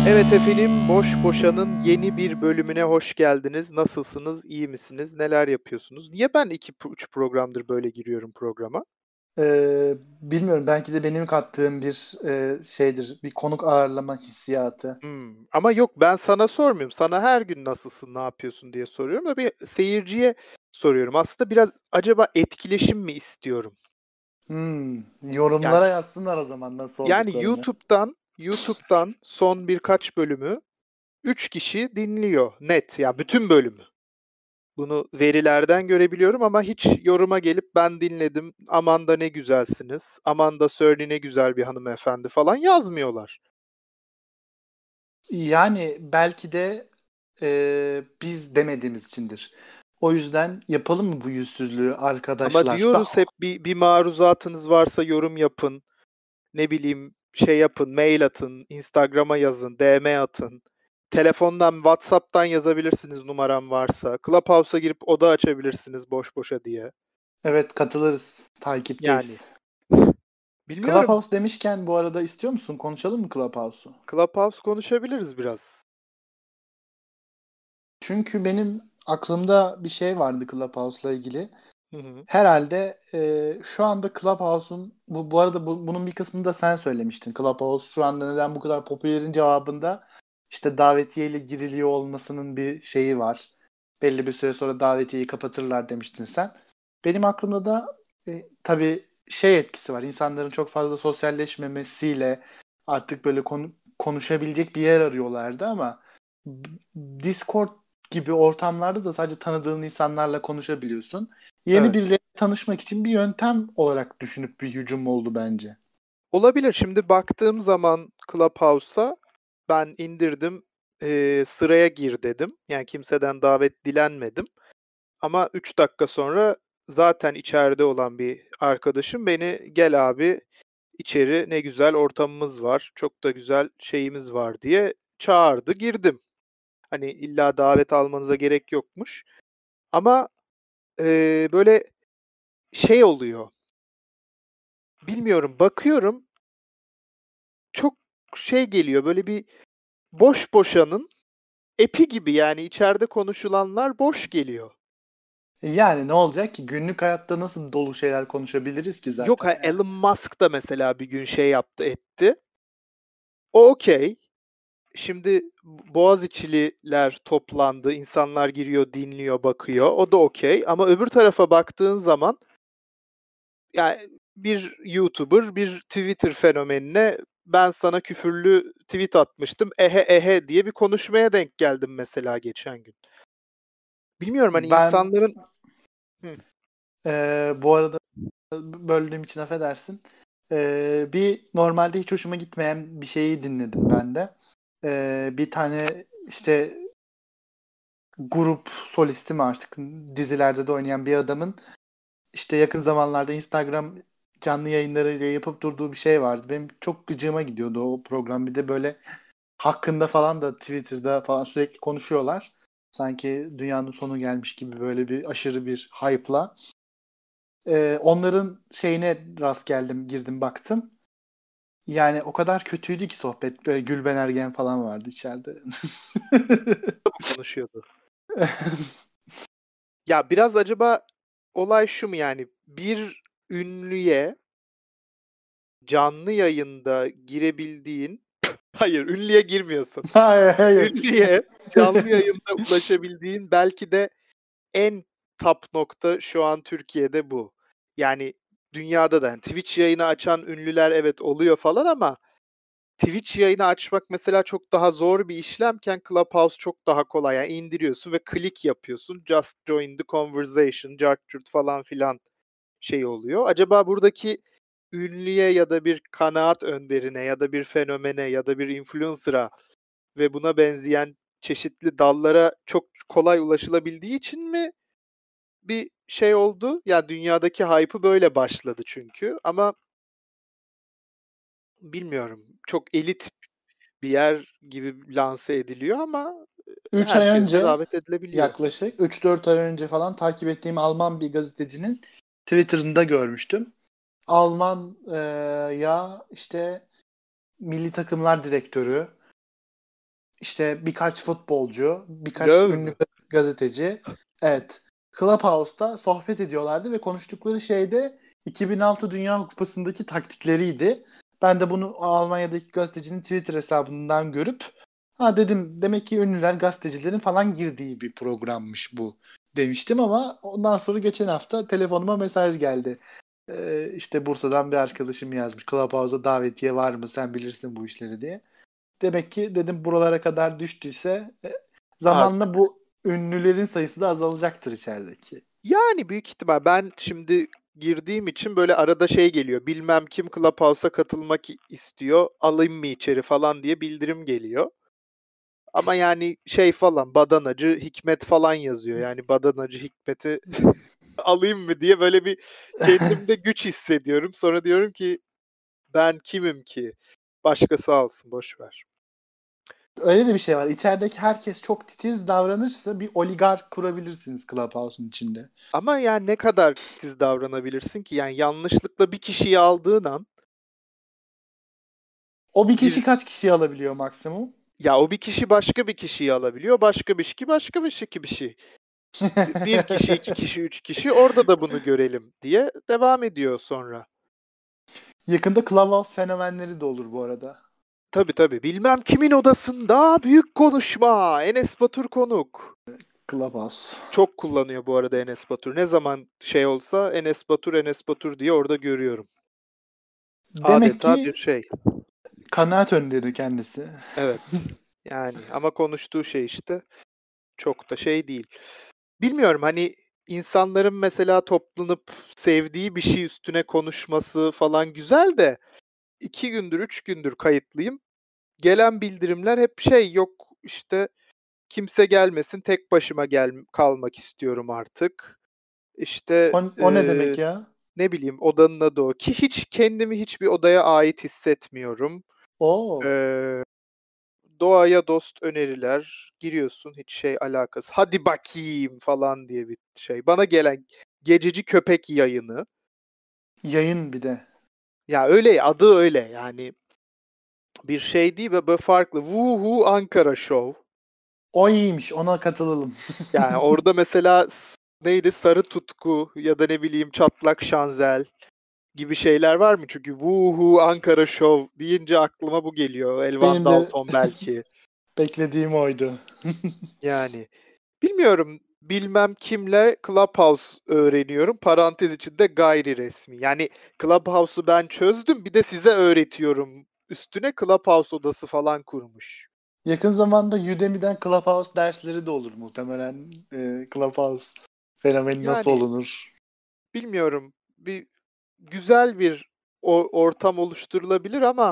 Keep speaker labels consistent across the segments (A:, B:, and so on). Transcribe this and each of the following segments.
A: Evet efendim, Boş Boşan'ın yeni bir bölümüne hoş geldiniz. Nasılsınız, iyi misiniz, neler yapıyorsunuz? Niye ben 2-3 programdır böyle giriyorum programa?
B: Bilmiyorum. Belki de benim kattığım bir şeydir. Bir konuk ağırlama hissiyatı.
A: Ama yok ben sana sormuyorum. Sana her gün nasılsın, ne yapıyorsun diye soruyorum da bir seyirciye soruyorum. Aslında biraz acaba etkileşim mi istiyorum? Yani
B: Yorumlara yazsınlar o zaman nasıl
A: yani
B: olduklarını.
A: YouTube'dan son birkaç bölümü 3 kişi dinliyor net ya bütün bölümü. Bunu verilerden görebiliyorum ama hiç yoruma gelip ben dinledim, aman da ne güzelsiniz, aman da Shirley ne güzel bir hanımefendi falan yazmıyorlar.
B: Yani belki de biz demediğimiz içindir. O yüzden yapalım mı bu yüzsüzlüğü
A: Ama
B: arkadaşlar?
A: diyoruz hep bir maruzatınız varsa yorum yapın, ne bileyim şey yapın, mail atın, Instagram'a yazın, DM atın. Telefondan, WhatsApp'tan yazabilirsiniz numaram varsa. Clubhouse'a girip oda açabilirsiniz boş boşa diye.
B: Evet, katılırız.
A: Yani
B: Takipteyiz.
A: bilmiyorum.
B: Clubhouse demişken bu arada istiyor musun? Konuşalım mı Clubhouse'u?
A: Clubhouse konuşabiliriz biraz.
B: Çünkü benim aklımda bir şey vardı Clubhouse'la ilgili.
A: Hı hı.
B: Herhalde şu anda Clubhouse'un bu arada bunun bir kısmını da sen söylemiştin. Clubhouse şu anda neden bu kadar popülerin cevabında işte davetiyeyle giriliyor olmasının bir şeyi var. Belli bir süre sonra davetiyeyi kapatırlar demiştin sen. Benim aklımda da tabii şey etkisi var. İnsanların çok fazla sosyalleşmemesiyle artık böyle konuşabilecek bir yer arıyorlardı ama Discord gibi ortamlarda da sadece tanıdığın insanlarla konuşabiliyorsun. Yeni
A: Evet.
B: birileriyle tanışmak için bir yöntem olarak düşünüp bir hücum oldu bence.
A: Olabilir. Şimdi baktığım zaman Clubhouse'a ben indirdim, sıraya gir dedim. Yani kimseden davet dilenmedim. Ama 3 dakika sonra zaten içeride olan bir arkadaşım beni gel abi içeri ne güzel ortamımız var, çok da güzel şeyimiz var diye çağırdı. Girdim. Hani illa davet almanıza gerek yokmuş. Ama böyle şey oluyor. Bilmiyorum bakıyorum çok şey geliyor böyle bir boş boşanın epi gibi yani içeride konuşulanlar boş geliyor.
B: Yani ne olacak ki? Günlük hayatta nasıl dolu şeyler konuşabiliriz ki
A: Yok
B: zaten
A: ha
B: yani.
A: Elon Musk da mesela bir gün şey yaptı etti. O okey. Şimdi Boğaziçi'liler toplandı. İnsanlar giriyor, dinliyor, bakıyor. O da okey. Ama öbür tarafa baktığın zaman yani bir YouTuber, bir Twitter fenomenine ben sana küfürlü tweet atmıştım. Ehe ehe diye bir konuşmaya denk geldim mesela geçen gün. Bilmiyorum hani
B: Ben
A: insanların. Hı,
B: bu arada böldüğüm için affedersin. Bir normalde hiç hoşuma gitmeyen bir şeyi dinledim ben de. Bir tane işte grup solisti mi artık dizilerde de oynayan bir adamın işte yakın zamanlarda Instagram canlı yayınlarıyla yapıp durduğu bir şey vardı. Benim çok gıcığıma gidiyordu o program. Bir de böyle hakkında falan da Twitter'da falan sürekli konuşuyorlar. Sanki dünyanın sonu gelmiş gibi böyle bir aşırı bir hype'la. Onların şeyine rast geldim, girdim baktım. Yani o kadar kötüydü ki sohbet. Böyle Gülben Ergen falan vardı içeride.
A: konuşuyordu. Ya biraz acaba olay şu mu yani bir ünlüye canlı yayında girebildiğin hayır ünlüye girmiyorsun.
B: Hayır, hayır.
A: Ünlüye canlı yayında ulaşabildiğin belki de en top nokta şu an Türkiye'de bu. Yani dünyada da yani Twitch yayını açan ünlüler evet oluyor falan ama Twitch yayını açmak mesela çok daha zor bir işlemken Clubhouse çok daha kolay. Yani indiriyorsun ve klik yapıyorsun. Just join the conversation, cart curt falan filan şey oluyor. Acaba buradaki ünlüye ya da bir kanaat önderine ya da bir fenomene ya da bir influencer'a ve buna benzeyen çeşitli dallara çok kolay ulaşılabildiği için mi bir şey oldu? Ya dünyadaki hype'ı böyle başladı çünkü ama bilmiyorum. Çok elit bir yer gibi lanse ediliyor ama
B: 3 ay
A: herkes de
B: önce
A: davet edilebiliyor.
B: yaklaşık 3-4 ay önce falan takip ettiğim Alman bir gazetecinin Twitter'ında görmüştüm. Alman ya işte milli takımlar direktörü işte birkaç futbolcu, birkaç
A: Löw
B: ünlü
A: mü?
B: gazeteci. Evet. Clubhouse'da sohbet ediyorlardı ve konuştukları şey de 2006 Dünya Kupası'ndaki taktikleriydi. Ben de bunu Almanya'daki gazetecinin Twitter hesabından görüp dedim demek ki ünlüler gazetecilerin falan girdiği bir programmış bu demiştim ama ondan sonra geçen hafta telefonuma mesaj geldi. İşte Bursa'dan bir arkadaşım yazmış. Clubhouse'a davetiye var mı? Sen bilirsin bu işleri diye. Demek ki dedim buralara kadar düştüyse zamanla
A: Artık.
B: bu ünlülerin sayısı da azalacaktır içerideki.
A: Yani büyük ihtimal ben şimdi girdiğim için böyle arada şey geliyor. Bilmem kim Clubhouse'a katılmak istiyor. Alayım mı içeri falan diye bildirim geliyor. Ama yani şey falan Badanacı Hikmet falan yazıyor. Yani Badanacı Hikmet'i alayım mı diye böyle bir kendimde güç hissediyorum. Sonra diyorum ki ben kimim ki? Başkası alsın boş ver.
B: Öyle de bir şey var. İçerideki herkes çok titiz davranırsa bir oligark kurabilirsiniz Clubhouse'un içinde.
A: Ama yani ne kadar titiz davranabilirsin ki? Yani yanlışlıkla bir kişiyi aldığın an
B: O bir kişi
A: bir
B: kaç kişiyi alabiliyor maksimum?
A: ya o bir kişi başka bir kişiyi alabiliyor. Başka bir kişi başka bir kişi. Bir kişi, 2 kişi, 3 kişi orada da bunu görelim diye devam ediyor sonra.
B: Yakında Clubhouse fenomenleri de olur bu arada.
A: Tabii tabii. Bilmem kimin odasında büyük konuşma. Enes Batur konuk.
B: Clubhouse.
A: Çok kullanıyor bu arada Enes Batur. Ne zaman şey olsa Enes Batur, Enes Batur diye orada görüyorum.
B: Demek
A: Adeta bir
B: ki
A: şey.
B: kanaat önderi kendisi.
A: Evet. Yani ama konuştuğu şey işte çok da şey değil. Bilmiyorum hani insanların mesela toplanıp sevdiği bir şey üstüne konuşması falan güzel de 2 gündür, 3 gündür kayıtlıyım. Gelen bildirimler hep şey, yok işte kimse gelmesin, tek başıma kalmak istiyorum artık. İşte,
B: O ne demek ya?
A: ne bileyim, odanın adı o ki hiç kendimi hiçbir odaya ait hissetmiyorum.
B: Oo.
A: Eee, doğaya dost öneriler, giriyorsun hiç şey alakası, "Hadi bakayım." falan diye bir şey. Bana gelen gececi köpek yayını.
B: Yayın bir de.
A: Ya öyle, adı öyle yani bir şey değil ve böyle farklı. Woohoo Ankara Show.
B: O iyiymiş. Ona katılalım.
A: Yani orada mesela neydi? Sarı Tutku ya da ne bileyim Çatlak Şanzel gibi şeyler var mı? Çünkü "Woohoo Ankara Show" deyince aklıma bu geliyor. Elvan
B: Benim de
A: Dalton belki.
B: beklediğim oydu.
A: Yani bilmiyorum, bilmem kimle Clubhouse öğreniyorum. Parantez içinde gayri resmi. Yani Clubhouse'u ben çözdüm, bir de size öğretiyorum. Üstüne Clubhouse odası falan kurmuş.
B: Yakın zamanda Udemy'den Clubhouse dersleri de olur muhtemelen. Clubhouse fenomeni nasıl
A: Yani
B: olunur?
A: bilmiyorum, bir güzel bir ortam oluşturulabilir ama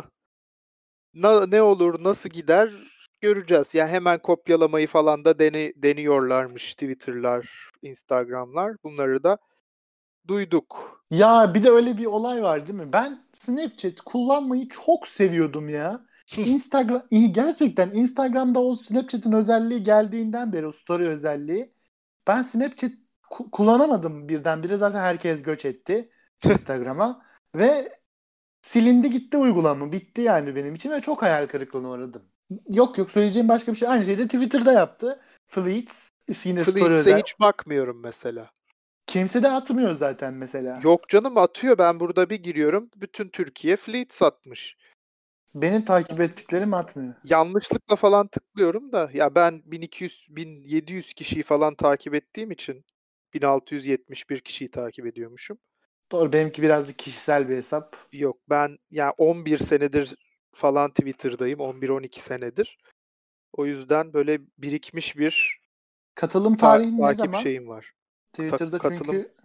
A: ne olur, nasıl gider göreceğiz. Ya, hemen kopyalamayı falan da deniyorlarmış Twitter'lar, Instagram'lar. Bunları da duyduk.
B: Ya bir de öyle bir olay var değil mi? Ben Snapchat kullanmayı çok seviyordum ya. Gerçekten Instagram'da o Snapchat'in özelliği geldiğinden beri o story özelliği ben Snapchat kullanamadım birdenbire. Zaten herkes göç etti Instagram'a ve silindi gitti uygulama. Bitti yani benim için ve çok hayal kırıklığına uğradım. Yok yok söyleyeceğim başka bir şey. Aynı şeyi de Twitter'da yaptı. Fleets yine story
A: Fleets'e
B: özel.
A: hiç bakmıyorum mesela.
B: Kimse de atmıyor zaten mesela.
A: Yok canım, atıyor. Ben burada bir giriyorum, bütün Türkiye Fleets atmış.
B: Benim takip ettiklerim atmıyor.
A: Yanlışlıkla falan tıklıyorum da ya ben 1200-1700 kişiyi falan takip ettiğim için 1671 kişiyi takip ediyormuşum.
B: Doğru benimki birazcık kişisel bir hesap.
A: Yok, ben ya 11 senedir falan Twitter'dayım. 11-12 senedir. O yüzden böyle birikmiş bir
B: Katılım tarihin ne
A: takip
B: zaman?
A: şeyim var.
B: Twitter'da
A: Katılım
B: çünkü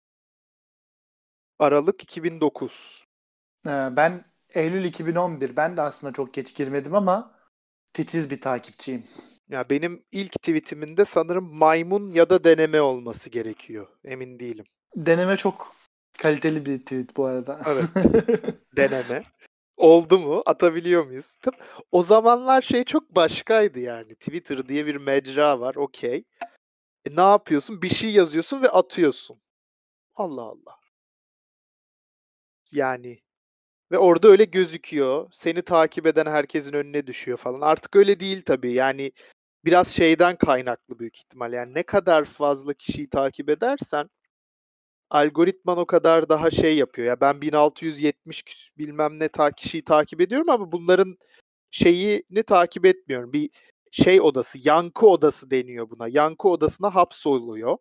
A: Aralık 2009.
B: ben Eylül 2011. Ben de aslında çok geç girmedim ama titiz bir takipçiyim.
A: Ya benim ilk tweetimin de sanırım maymun ya da deneme olması gerekiyor. Emin değilim.
B: Deneme çok kaliteli bir tweet bu arada.
A: Evet, deneme. Oldu mu? Atabiliyor muyuz? O zamanlar şey çok başkaydı yani. Twitter diye bir mecra var, okay. Ne yapıyorsun? Bir şey yazıyorsun ve atıyorsun. Allah Allah. Yani Ve orada öyle gözüküyor. Seni takip eden herkesin önüne düşüyor falan. Artık öyle değil tabii. Yani biraz şeyden kaynaklı büyük ihtimal. Yani ne kadar fazla kişiyi takip edersen algoritman o kadar daha şey yapıyor. Ya ben 1670 bilmem ne kişiyi takip ediyorum ama bunların şeyini takip etmiyorum. Bir şey odası, yankı odası deniyor buna. Yankı odasına hapsoluyor.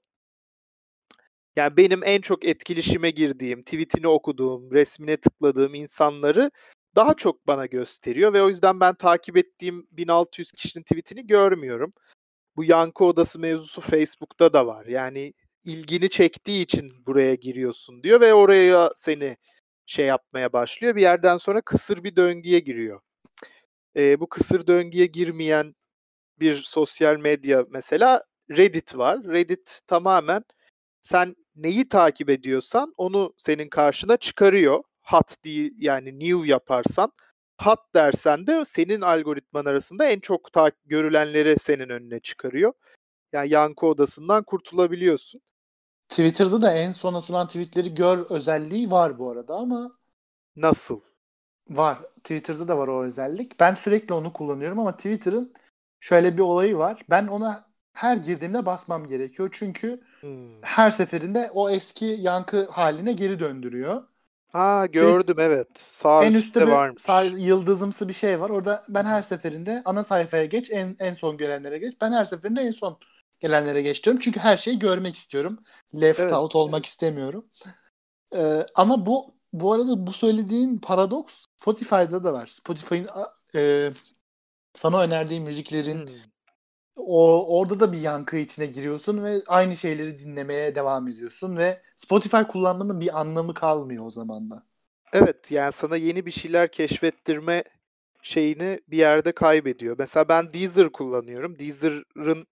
A: Yani benim en çok etkileşime girdiğim, tweetini okuduğum, resmine tıkladığım insanları daha çok bana gösteriyor ve o yüzden ben takip ettiğim 1600 kişinin tweetini görmüyorum. Bu yankı odası mevzusu Facebook'ta da var. Yani ilgini çektiği için buraya giriyorsun diyor ve oraya seni şey yapmaya başlıyor. Bir yerden sonra kısır bir döngüye giriyor. Bu kısır döngüye girmeyen bir sosyal medya mesela Reddit var. Reddit tamamen sen neyi takip ediyorsan onu senin karşına çıkarıyor. Hot değil yani new yaparsan. Hot dersen de senin algoritman arasında en çok görülenleri senin önüne çıkarıyor. Yani yankı odasından kurtulabiliyorsun.
B: Twitter'da da en son atılan tweetleri gör özelliği var bu arada ama
A: Nasıl?
B: var. Twitter'da da var o özellik. Ben sürekli onu kullanıyorum ama Twitter'ın şöyle bir olayı var. Ben ona her girdiğimde basmam gerekiyor. Çünkü
A: Hmm.
B: her seferinde o eski yankı haline geri döndürüyor.
A: Ha
B: Tweet
A: gördüm evet. Sağ
B: en üstte
A: üstte
B: bir sağ
A: varmış.
B: yıldızımsı bir şey var. Orada
A: Hı
B: ben her
A: hı.
B: seferinde ana sayfaya geç, en son gelenlere geç. Ben her seferinde en son gelenlere geç diyorum. Çünkü her şeyi görmek istiyorum. Left
A: Evet.
B: out olmak istemiyorum. Ama bu arada bu söylediğin paradoks Spotify'da da var. Spotify'ın sana önerdiği müziklerin
A: Hmm.
B: orada da bir yankı içine giriyorsun ve aynı şeyleri dinlemeye devam ediyorsun ve Spotify kullanmanın bir anlamı kalmıyor o zaman da.
A: Evet yani sana yeni bir şeyler keşfettirme şeyini bir yerde kaybediyor. Mesela ben Deezer kullanıyorum. Deezer'ın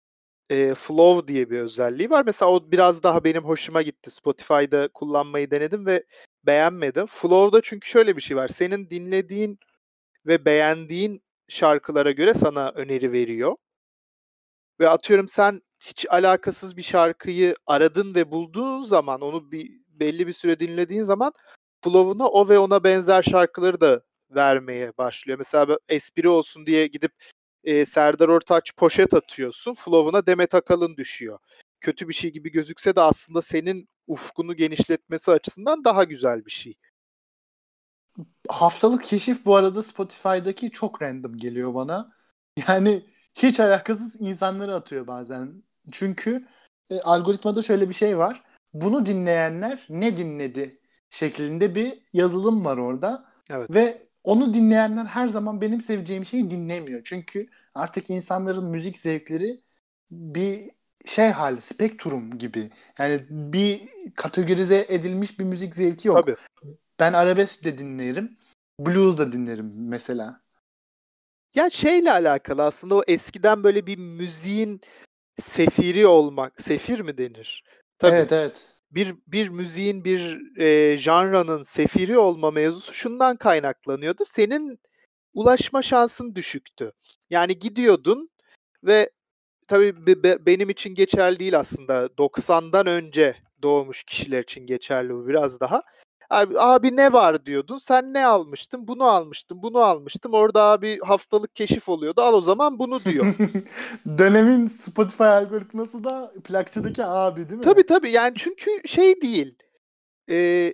A: Flow diye bir özelliği var. Mesela o biraz daha benim hoşuma gitti. Spotify'da kullanmayı denedim ve beğenmedim. Flow'da çünkü şöyle bir şey var. Senin dinlediğin ve beğendiğin şarkılara göre sana öneri veriyor. Ve atıyorum sen hiç alakasız bir şarkıyı aradın ve bulduğun zaman onu belli bir süre dinlediğin zaman Flow'una o ve ona benzer şarkıları da vermeye başlıyor. Mesela espri olsun diye gidip Serdar Ortaç poşet atıyorsun. Flow'una Demet Akalın düşüyor. Kötü bir şey gibi gözükse de aslında senin ufkunu genişletmesi açısından daha güzel bir şey.
B: Haftalık keşif bu arada Spotify'daki çok random geliyor bana. Yani hiç alakasız insanları atıyor bazen. Çünkü algoritmada şöyle bir şey var. Bunu dinleyenler ne dinledi şeklinde bir yazılım var orada.
A: Evet.
B: Ve onu dinleyenler her zaman benim seveceğim şeyi dinlemiyor. Çünkü artık insanların müzik zevkleri bir şey hali, spektrum gibi. Yani bir kategorize edilmiş bir müzik zevki yok.
A: Tabii.
B: Ben arabesk de dinlerim. Blues da dinlerim mesela.
A: Ya şeyle alakalı aslında o eskiden böyle bir müziğin sefiri olmak, sefir mi denir? Tabii.
B: Evet, evet.
A: Bir müziğin, bir, janranın sefiri olma mevzusu şundan kaynaklanıyordu. Senin ulaşma şansın düşüktü. Yani gidiyordun ve tabii benim için geçerli değil aslında. 90'dan önce doğmuş kişiler için geçerli bu biraz daha. Abi ne var diyordun. Sen ne almıştın? Bunu almıştım, bunu almıştım. Orada abi haftalık keşif oluyordu. Al o zaman bunu diyor.
B: Dönemin Spotify algoritması da plakçıdaki abi değil
A: Tabii
B: mi?
A: tabii yani çünkü şey değil. Eee,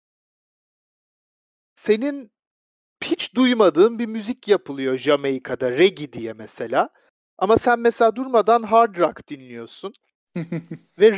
A: senin hiç duymadığın bir müzik yapılıyor Jamaika'da, reggae diye mesela. Ama sen mesela durmadan hard rock dinliyorsun ve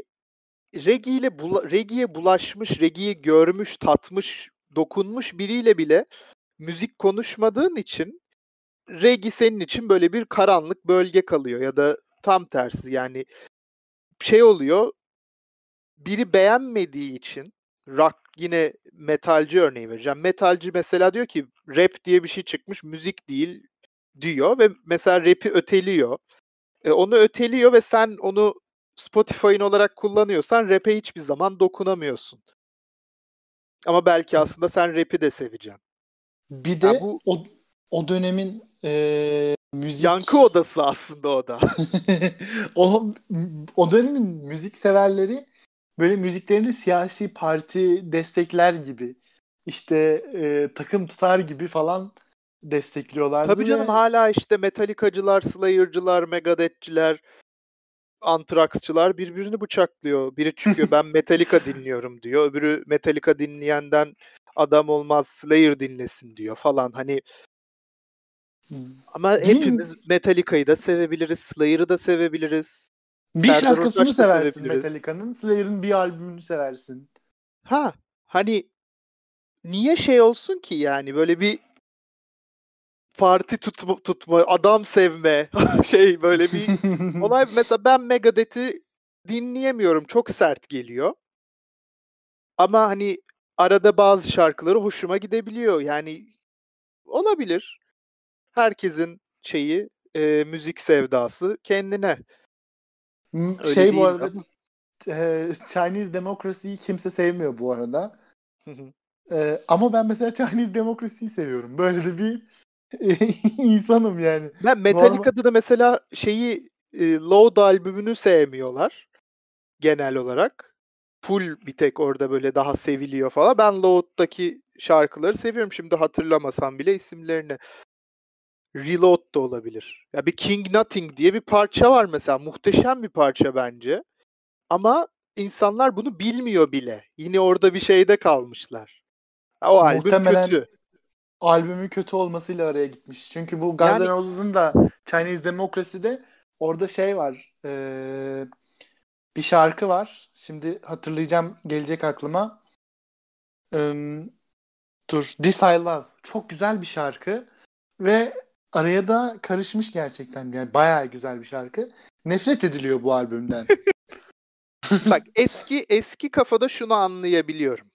A: reggae'ye bulaşmış, reggae'yi görmüş, tatmış, dokunmuş biriyle bile müzik konuşmadığın için reggae senin için böyle bir karanlık bölge kalıyor ya da tam tersi yani şey oluyor, biri beğenmediği için rock yine metalci örneği vereceğim. Metalci mesela diyor ki rap diye bir şey çıkmış, müzik değil diyor ve mesela rap'i öteliyor. Onu öteliyor ve sen onu Spotify'ın olarak kullanıyorsan rap'e hiçbir zaman dokunamıyorsun. Ama belki aslında sen rap'i de seveceksin.
B: Bir
A: Ya
B: de
A: bu
B: o dönemin
A: yankı
B: müzik
A: odası aslında o da.
B: o o dönemin müzik severleri böyle müziklerini siyasi parti destekler gibi. işte takım tutar gibi falan destekliyorlardı
A: Tabii canım,
B: ve
A: hala işte Metallica'cılar, Slayer'cılar, Megadeth'ciler, Anthrax'çılar birbirini bıçaklıyor. Biri çıkıyor ben Metallica dinliyorum diyor. Öbürü Metallica dinleyenden adam olmaz, Slayer dinlesin diyor falan. Hani ama
B: bir
A: hepimiz Metallica'yı da sevebiliriz, Slayer'ı da sevebiliriz,
B: bir
A: Serdar
B: şarkısını
A: Ortaç'ı da
B: seversin
A: sevebiliriz.
B: Metallica'nın, Slayer'ın bir albümünü seversin.
A: Ha, hani niye şey olsun ki yani böyle bir parti tutma, adam sevme şey böyle bir olay. Mesela ben Megadeth'i dinleyemiyorum. Çok sert geliyor. Ama hani arada bazı şarkıları hoşuma gidebiliyor. Yani olabilir. Herkesin şeyi, müzik sevdası kendine. Öyle
B: Şey bu
A: değil mi?
B: arada Chinese Democracy'yi kimse sevmiyor bu arada.
A: Hı hı.
B: Ama ben mesela Chinese Democracy'yi seviyorum. Böyle de bir insanım yani.
A: Ben
B: Normal.
A: Metallica'da da mesela şeyi, Load albümünü sevmiyorlar genel olarak. Full bir tek orada böyle daha seviliyor falan. Ben Load'daki şarkıları seviyorum. Şimdi hatırlamasam bile isimlerini. Reload da olabilir. Ya bir King Nothing diye bir parça var mesela. Muhteşem bir parça bence. Ama insanlar bunu bilmiyor bile. Yine orada bir şeyde kalmışlar. Ha, o albüm
B: Muhtemelen
A: kötü.
B: albümün kötü olmasıyla araya gitmiş. Çünkü bu Guns N'
A: Yani
B: Roses'ın da Chinese Democracy'de orada şey var. Bir şarkı var. Şimdi hatırlayacağım, gelecek aklıma. Ee, dur. This I Love. Çok güzel bir şarkı. Ve araya da karışmış gerçekten. Yani bayağı güzel bir şarkı. Nefret ediliyor bu albümden.
A: bak, eski kafada şunu anlayabiliyorum.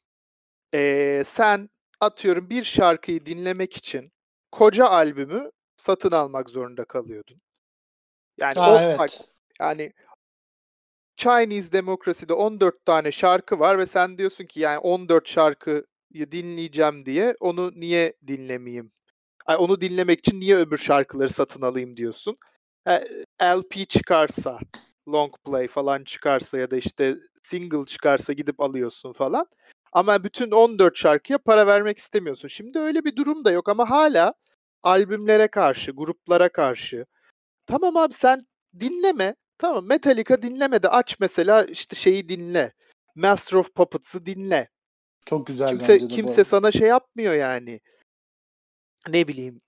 A: Sen atıyorum bir şarkıyı dinlemek için koca albümü satın almak zorunda kalıyordun. Yani
B: Aa,
A: o bak,
B: evet.
A: yani Chinese Democracy'de 14 tane şarkı var ve sen diyorsun ki yani 14 şarkıyı dinleyeceğim diye onu niye dinlemeyeyim? Ay, onu dinlemek için niye öbür şarkıları satın alayım diyorsun. LP çıkarsa, long play falan çıkarsa ya da işte single çıkarsa gidip alıyorsun falan. Ama bütün 14 şarkıya para vermek istemiyorsun. Şimdi öyle bir durum da yok ama hala albümlere karşı, gruplara karşı. Tamam abi, sen dinleme. Tamam, Metallica dinleme de aç mesela işte şeyi dinle. Master of Puppets'ı dinle.
B: Çok güzel
A: Kimse
B: bence de bu
A: kimse
B: arada.
A: sana şey yapmıyor yani. Ne bileyim.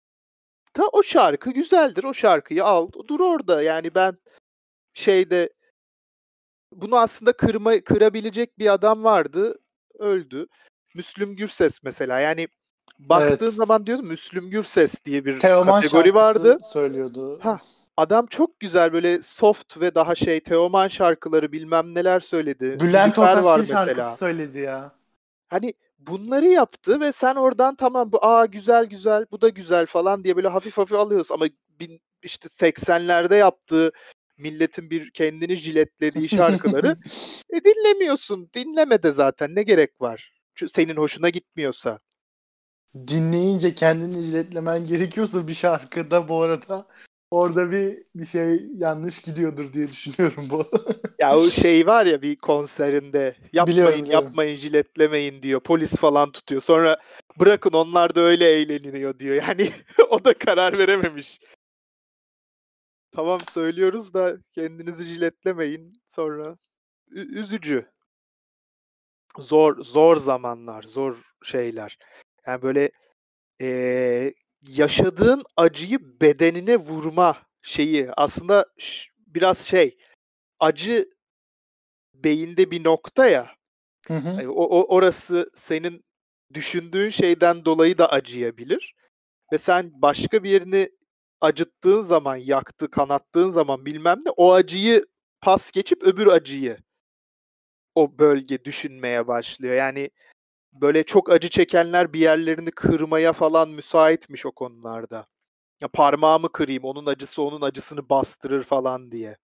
A: O şarkı güzeldir. O şarkıyı al, dur orada. Yani ben şeyde bunu aslında kırabilecek bir adam vardı, öldü. Müslüm Gürses mesela. Yani baktığın
B: Evet.
A: zaman diyorum Müslüm Gürses diye bir
B: Teoman
A: kategori vardı.
B: şarkısı söylüyordu.
A: Ha, adam çok güzel böyle soft ve daha şey Teoman şarkıları bilmem neler söyledi.
B: Bülent
A: Nilüfer var
B: Ortaçgil şarkısı
A: mesela.
B: söyledi ya.
A: Hani bunları yaptı ve sen oradan tamam bu güzel güzel bu da güzel falan diye böyle hafif hafif alıyorsun ama işte 80'lerde yaptığı milletin bir kendini jiletlediği şarkıları dinlemiyorsun. Dinleme de zaten ne gerek var? Senin hoşuna gitmiyorsa.
B: Dinleyince kendini jiletlemen gerekiyorsa bir şarkıda bu arada orada bir şey yanlış gidiyordur diye düşünüyorum bu.
A: Ya o şey var ya bir konserinde
B: Biliyorum,
A: yapmayın
B: biliyorum.
A: yapmayın jiletlemeyin diyor. Polis falan tutuyor. Sonra bırakın onlar da öyle eğleniyor diyor. Yani o da karar verememiş. Tamam söylüyoruz da kendinizi jiletlemeyin sonra. Üzücü. Zor zamanlar, zor şeyler. Yani böyle yaşadığın acıyı bedenine vurma şeyi aslında biraz şey, acı beyinde bir nokta ya.
B: Hı hı.
A: Orası senin düşündüğün şeyden dolayı da acıyabilir ve sen başka bir yerini acıttığın zaman, kanattığın zaman bilmem ne, o acıyı pas geçip öbür acıyı o bölge düşünmeye başlıyor. Yani böyle çok acı çekenler bir yerlerini kırmaya falan müsaitmiş o konularda. Ya parmağımı kırayım, onun acısı onun acısını bastırır falan diye.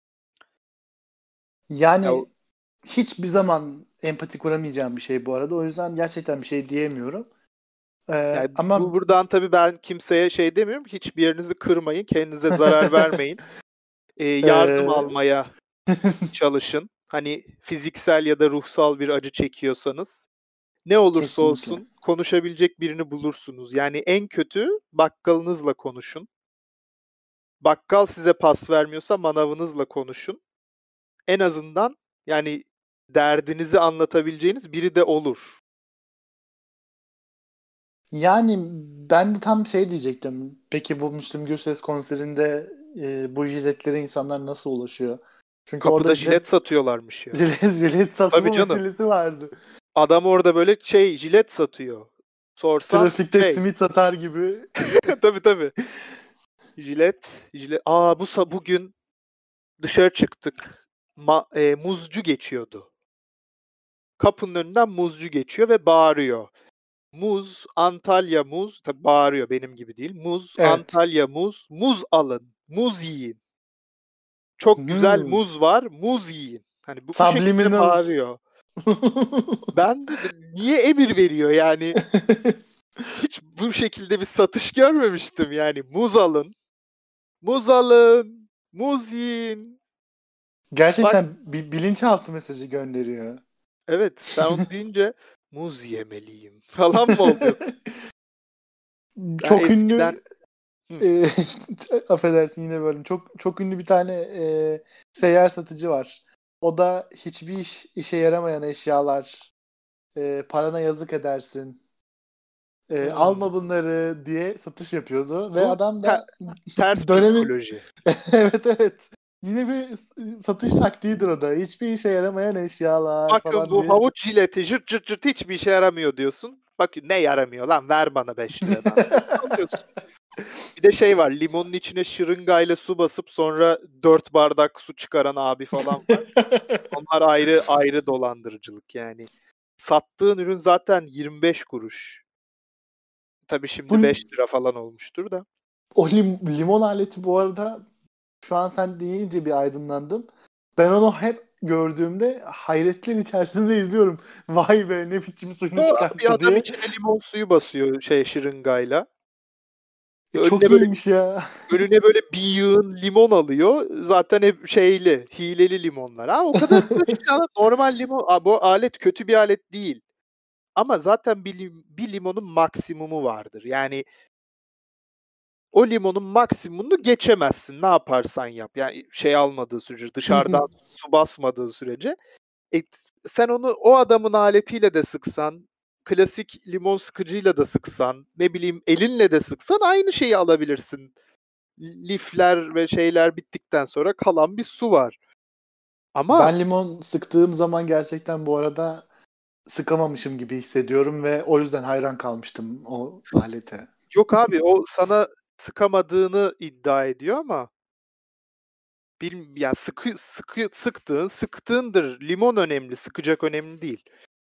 A: Ya,
B: Yani hiçbir zaman empati kuramayacağım bir şey bu arada. O yüzden gerçekten bir şey diyemiyorum.
A: yani
B: Ama
A: buradan tabii ben kimseye şey demiyorum. Hiçbir yerinizi kırmayın, kendinize zarar vermeyin. Yardım
B: Ee,
A: almaya çalışın. Hani fiziksel ya da ruhsal bir acı çekiyorsanız. Ne olursa
B: Kesinlikle.
A: olsun konuşabilecek birini bulursunuz. Yani en kötü bakkalınızla konuşun. Bakkal size pas vermiyorsa manavınızla konuşun. En azından yani derdinizi anlatabileceğiniz biri de olur.
B: Yani ben de tam şey diyecektim. Peki bu Müslüm Gürses konserinde bu jiletlere insanlar nasıl ulaşıyor? Çünkü orada
A: Kapıda jilet satıyorlarmış ya.
B: jilet
A: Tabii
B: satımı
A: canım.
B: meselesi vardı.
A: Adam orada böyle jilet satıyor. Sorsan
B: Trafikte simit satar gibi.
A: tabii tabii. Jilet. Bugün dışarı çıktık. Muzcu geçiyordu. Kapının önünden muzcu geçiyor ve bağırıyor. Muz, Antalya muz, tabii bağırıyor benim gibi değil. Muz,
B: Evet.
A: Antalya muz, muz alın, muz yiyin. Çok güzel
B: Hmm.
A: muz var, muz yiyin. Hani bu şekilde
B: Subliminal.
A: bağırıyor. Ben de niye emir veriyor yani? Hiç bu şekilde bir satış görmemiştim yani. Muz alın, muz alın, muz yiyin. Bak
B: Gerçekten bir bilinçaltı mesajı gönderiyor.
A: evet sen onu deyince muz yemeliyim falan mı oluyorsun? Ben
B: Çok
A: eskiden
B: ünlü e, affedersin yine bölüm. Çok ünlü bir tane seyyar satıcı var. O da hiçbir işe yaramayan eşyalar, parana yazık edersin,
A: hmm,
B: alma bunları diye satış yapıyordu ve
A: bu
B: adam da
A: ters
B: dönemin
A: psikoloji.
B: evet. Yine bir satış taktiğidir o da. Hiçbir işe yaramayan eşyalar
A: Bakın
B: falan
A: bu
B: diye.
A: havuç jileti cırt cırt cırt hiçbir işe yaramıyor diyorsun. Bak ne yaramıyor lan ver bana 5 liradan diyorsun alıyorsun. Bir de var limonun içine şırıngayla su basıp sonra 4 bardak su çıkaran abi falan var. Onlar ayrı ayrı dolandırıcılık yani. Sattığın ürün zaten 25 kuruş. Tabii şimdi
B: Bu
A: 5 lira falan olmuştur da.
B: o limon aleti bu arada şu an sen deyince bir aydınlandım. Ben onu hep gördüğümde hayretler içerisinde izliyorum. Vay be ne biçim suyunu
A: Abi
B: çıkarttı
A: adam
B: diye.
A: içine limon suyu basıyor şırıngayla. Önüne
B: Çok
A: böyle
B: iyiymiş ya.
A: Önüne böyle bir yığın limon alıyor. Zaten hep hileli limonlar. O kadar basit ya. Normal limon bu alet kötü bir alet değil. Ama zaten bir limonun maksimumu vardır. Yani o limonun maksimumunu geçemezsin ne yaparsan yap. Yani almadığı sürece, dışarıdan su basmadığı sürece. E, Sen onu o adamın aletiyle de sıksan, klasik limon sıkıcıyla da sıksan, ne bileyim elinle de sıksan aynı şeyi alabilirsin. Lifler ve şeyler bittikten sonra kalan bir su var. Ama
B: Ben limon sıktığım zaman gerçekten bu arada sıkamamışım gibi hissediyorum ve o yüzden hayran kalmıştım o alete.
A: yok abi o sana sıkamadığını iddia ediyor ama ya sıktığındır. Limon önemli, sıkacak önemli değil.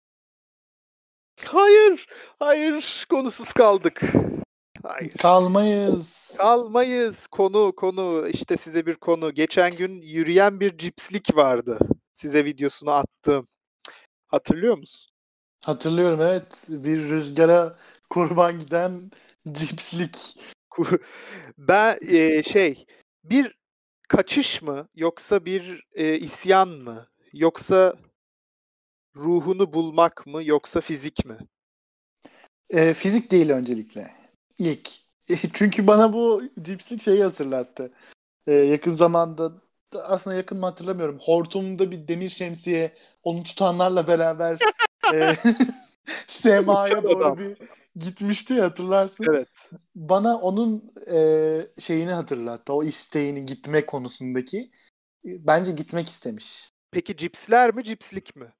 A: Hayır, hayır, konusuz kaldık. Hayır.
B: Kalmayız.
A: Kalmayız. Konu. İşte size bir konu. Geçen gün yürüyen bir cipslik vardı. Size videosunu attım. Hatırlıyor musun?
B: Hatırlıyorum evet. Bir rüzgara kurban giden cipslik.
A: Ben, bir kaçış mı yoksa bir, isyan mı yoksa ruhunu bulmak mı yoksa fizik mi?
B: Fizik değil öncelikle. İlk. Çünkü bana bu cipslik şeyi hatırlattı. Yakın zamanda aslında yakın mı hatırlamıyorum. Hortumda bir demir şemsiye onu tutanlarla beraber e, semaya
A: Uçan
B: doğru
A: adam.
B: bir gitmişti ya, hatırlarsın.
A: Evet.
B: Bana onun şeyini hatırlattı. O isteğini gitme konusundaki. Bence gitmek istemiş.
A: Peki cipsler mi, cipslik mi?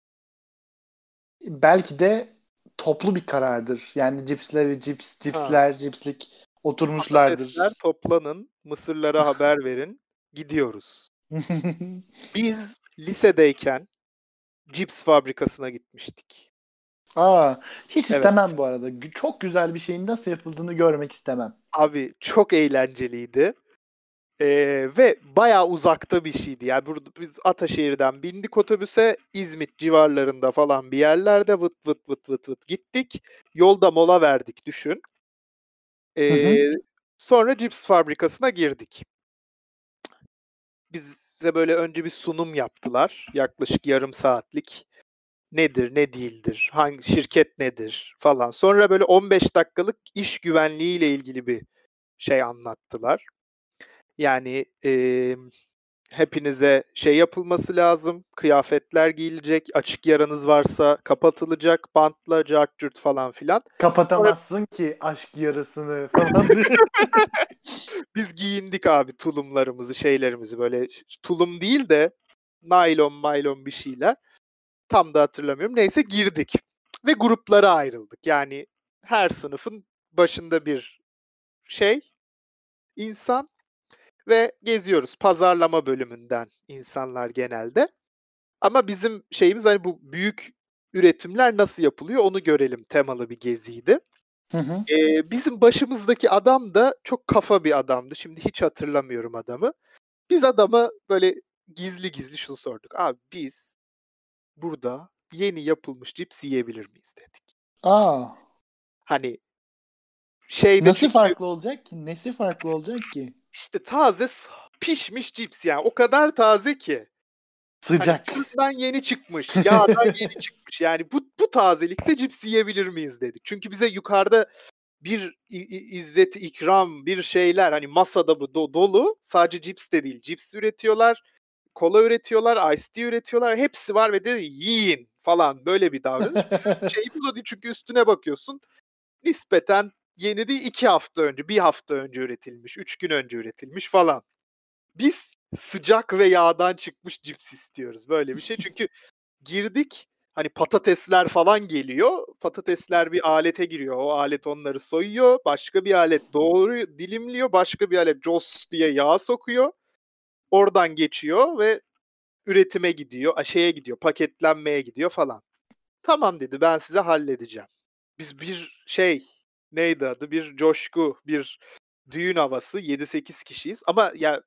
B: Belki de toplu bir karardır. Yani
A: Ha,
B: cipslik oturmuşlardır.
A: patatesler toplanın, mısırlara haber verin, gidiyoruz. Biz lisedeyken cips fabrikasına gitmiştik.
B: Aa, hiç
A: Evet.
B: istemem bu arada. Çok güzel bir şeyin nasıl yapıldığını görmek istemem.
A: Abi çok eğlenceliydi. Ve bayağı uzakta bir şeydi. Yani burada biz Ataşehir'den bindik otobüse, İzmit civarlarında falan bir yerlerde vıt vıt vıt vıt vıt gittik. Yolda mola verdik düşün.
B: Hı hı.
A: Eee, Sonra cips fabrikasına girdik. Bize böyle önce bir sunum yaptılar. Yaklaşık yarım saatlik. nedir, ne değildir, hangi şirket nedir falan. Sonra böyle 15 dakikalık iş güvenliğiyle ilgili bir şey anlattılar. Yani, hepinize şey yapılması lazım, kıyafetler giyilecek, açık yaranız varsa kapatılacak bantla, cart curt falan filan. Sonra
B: Kapatamazsın ki aşk yarasını falan diye.
A: biz giyindik abi tulumlarımızı, şeylerimizi böyle tulum değil de naylon maylon bir şeyler. Tam da hatırlamıyorum. Neyse girdik ve gruplara ayrıldık. Yani her sınıfın başında bir şey, insan ve geziyoruz. Pazarlama bölümünden insanlar genelde. Ama bizim şeyimiz, hani, bu büyük üretimler nasıl yapılıyor onu görelim temalı bir geziydi.
B: Hı hı.
A: Bizim başımızdaki adam da çok kafa bir adamdı. Şimdi hiç hatırlamıyorum adamı. Biz adama böyle gizli gizli şunu sorduk: "Abi biz burada yeni yapılmış cips yiyebilir miyiz?" dedik.
B: Aa,
A: Hani, şeyde
B: nasıl
A: çünkü,
B: farklı olacak ki? Nesi farklı olacak ki?
A: işte, taze pişmiş cips yani o kadar taze ki. Hani,
B: Sıcak.
A: fırından yeni çıkmış, yağdan yeni çıkmış. Yani bu tazelikte cips yiyebilir miyiz dedik. Çünkü bize yukarıda bir izzet ikram, bir şeyler, hani, masada bu dolu. Sadece cips de değil. Cips üretiyorlar, kola üretiyorlar, Ice Tea üretiyorlar. Hepsi var ve de yiyin falan böyle bir davranış. Bizim şeyimiz o değil çünkü üstüne bakıyorsun, nispeten yeni değil, 2 hafta önce, 1 hafta önce üretilmiş, 3 gün önce üretilmiş falan. Biz sıcak ve yağdan çıkmış cips istiyoruz. Böyle bir şey. Çünkü girdik, hani, patatesler falan geliyor. Patatesler bir alete giriyor. O alet onları soyuyor. Başka bir alet doğruyor, dilimliyor. Başka bir alet cos diye yağ sokuyor. Oradan geçiyor ve üretime gidiyor. Şeye gidiyor, paketlenmeye gidiyor falan. "Tamam." dedi, "Ben size halledeceğim." Biz bir şey, neydi adı, bir coşku, bir düğün havası, 7-8 kişiyiz ama ya,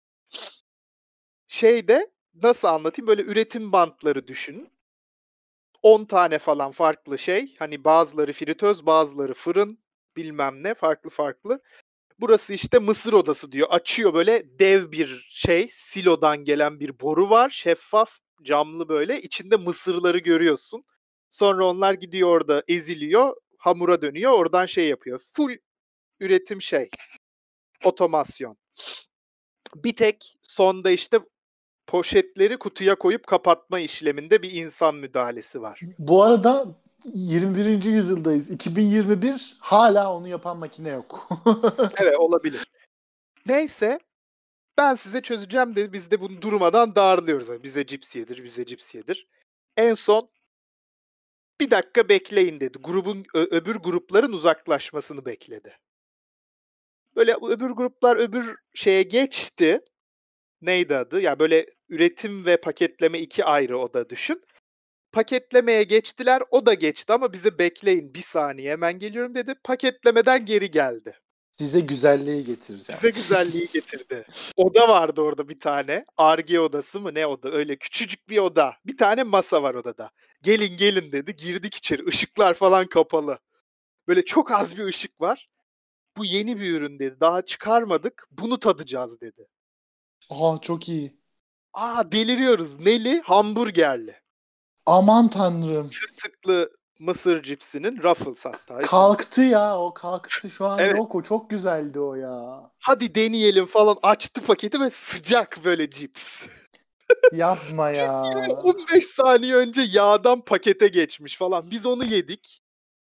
A: şeyde, nasıl anlatayım, böyle üretim bantları düşün. 10 tane falan farklı şey. Hani bazıları fritöz, bazıları fırın, bilmem ne, farklı farklı. Burası işte mısır odası diyor. Açıyor böyle dev bir şey, silodan gelen bir boru var. Şeffaf, camlı böyle. İçinde mısırları görüyorsun. Sonra onlar gidiyor orada eziliyor, hamura dönüyor. Oradan şey yapıyor. Full üretim şey, otomasyon. Bir tek sonda işte poşetleri kutuya koyup kapatma işleminde bir insan müdahalesi var.
B: Bu arada 21. yüzyıldayız. 2021 hala onu yapan makine yok.
A: Evet, olabilir. Neyse, ben size çözeceğim dedi. Biz de bunu durmadan darlıyoruz. Hani bize cips yedir, bize cips yedir. En son bir dakika bekleyin dedi. Grubun öbür grupların uzaklaşmasını bekledi. Böyle öbür gruplar öbür şeye geçti. Neydi adı? Ya böyle üretim ve paketleme 2 ayrı oda düşün. Paketlemeye geçtiler, o da geçti ama bize bekleyin bir saniye hemen geliyorum dedi. Paketlemeden geri geldi.
B: Size güzelliği getireceğim.
A: Bize güzelliği getirdi. Oda vardı orada bir tane. Ar-Ge odası mı ne oda? Öyle küçücük bir oda. Bir tane masa var odada. "Gelin, gelin." dedi. Girdik içeri. Işıklar falan kapalı. Böyle çok az bir ışık var. "Bu yeni bir ürün." dedi. "Daha çıkarmadık. Bunu tadacağız." dedi.
B: Aa, çok iyi.
A: Deliriyoruz. Neli? Hamburgerli.
B: Aman tanrım.
A: Tırtıklı mısır cipsinin, Ruffles hatta ismi.
B: Kalktı ya, o kalktı. Şu an
A: Evet.
B: yok, o çok güzeldi o ya.
A: "Hadi deneyelim." falan. Açtı paketi ve sıcak böyle cips.
B: Yapma ya.
A: Yine 15 saniye önce yağdan pakete geçmiş falan. Biz onu yedik.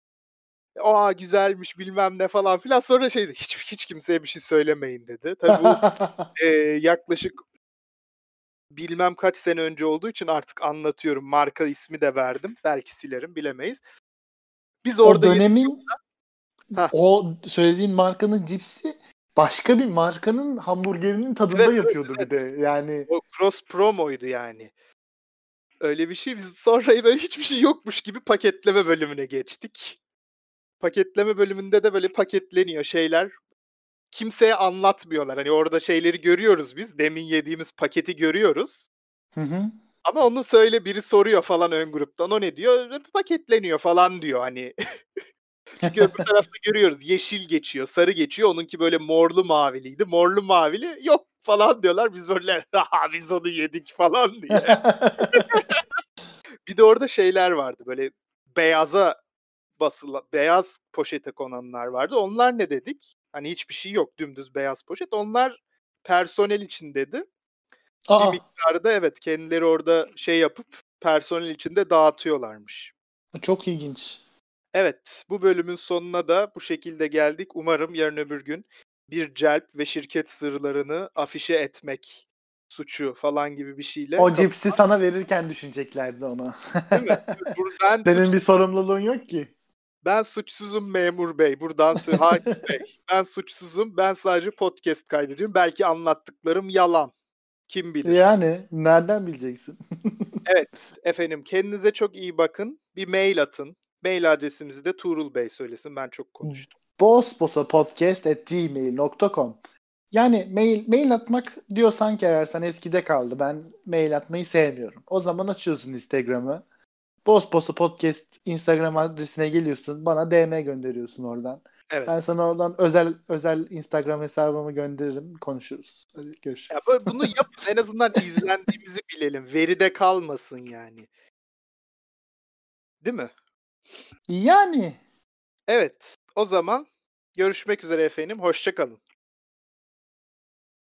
A: Güzelmiş bilmem ne falan filan. Sonra şey dedi, "Hiç kimseye bir şey söylemeyin." dedi. Tabii bu, yaklaşık bilmem kaç sene önce olduğu için artık anlatıyorum. Marka ismi de verdim. Belki silerim, bilemeyiz. Biz
B: O
A: orada yedik.
B: dönemin
A: Hah.
B: o söylediğin markanın cipsi başka bir markanın hamburgerinin
A: Evet,
B: tadında
A: evet,
B: yapıyordu bir
A: evet.
B: de. Yani
A: O cross promo'ydu yani. Öyle bir şey. Biz sonra böyle hiçbir şey yokmuş gibi paketleme bölümüne geçtik. Paketleme bölümünde de böyle paketleniyor şeyler. Kimseye anlatmıyorlar. Hani orada şeyleri görüyoruz biz. Demin yediğimiz paketi görüyoruz.
B: hı hı.
A: Ama onu söyle, biri soruyor falan ön gruptan. O ne diyor? Paketleniyor falan diyor hani. Çünkü öbür tarafta görüyoruz. Yeşil geçiyor, sarı geçiyor. Onunki böyle morlu maviliydi. Morlu mavili yok falan diyorlar. Biz böyle "Biz onu yedik." falan diye. Bir de orada şeyler vardı, böyle beyaz poşete konanlar vardı. Onlar ne dedik? Hani hiçbir şey yok, dümdüz beyaz poşet. Onlar personel için dedi. Bir
B: Aa,
A: miktarı da evet, kendileri orada şey yapıp personel için de dağıtıyorlarmış.
B: çok ilginç.
A: Evet, bu bölümün sonuna da bu şekilde geldik. Umarım yarın öbür gün bir celp ve şirket sırlarını afişe etmek suçu falan gibi bir şeyle
B: O cipsi sana verirken düşüneceklerdi onu.
A: değil mi? Ben
B: Senin bir sorumluluğun yok ki.
A: ben suçsuzum memur bey. Buradan hakim bey. Ben suçsuzum. Ben sadece podcast kaydediyorum. Belki anlattıklarım yalan. Kim bilir?
B: Yani nereden bileceksin?
A: Evet efendim, kendinize çok iyi bakın. Bir mail atın. Mail adresimizi de Tuğrul Bey söylesin. Ben çok konuştum.
B: Bosbosapodcast@gmail.com. Yani mail atmak diyorsan ki eğer sen eskide kaldı. Ben mail atmayı sevmiyorum. O zaman açıyorsun Instagram'ı. Bosbosa Podcast Instagram adresine geliyorsun. Bana DM gönderiyorsun oradan.
A: Evet.
B: Ben sana oradan özel Instagram hesabımı gönderirim. Konuşuruz. Hadi
A: Ya
B: görüşürüz.
A: bunu yapın. En azından izlendiğimizi bilelim. Veride kalmasın yani. Değil mi?
B: Yani
A: Evet. O zaman görüşmek üzere efendim. Hoşça kalın.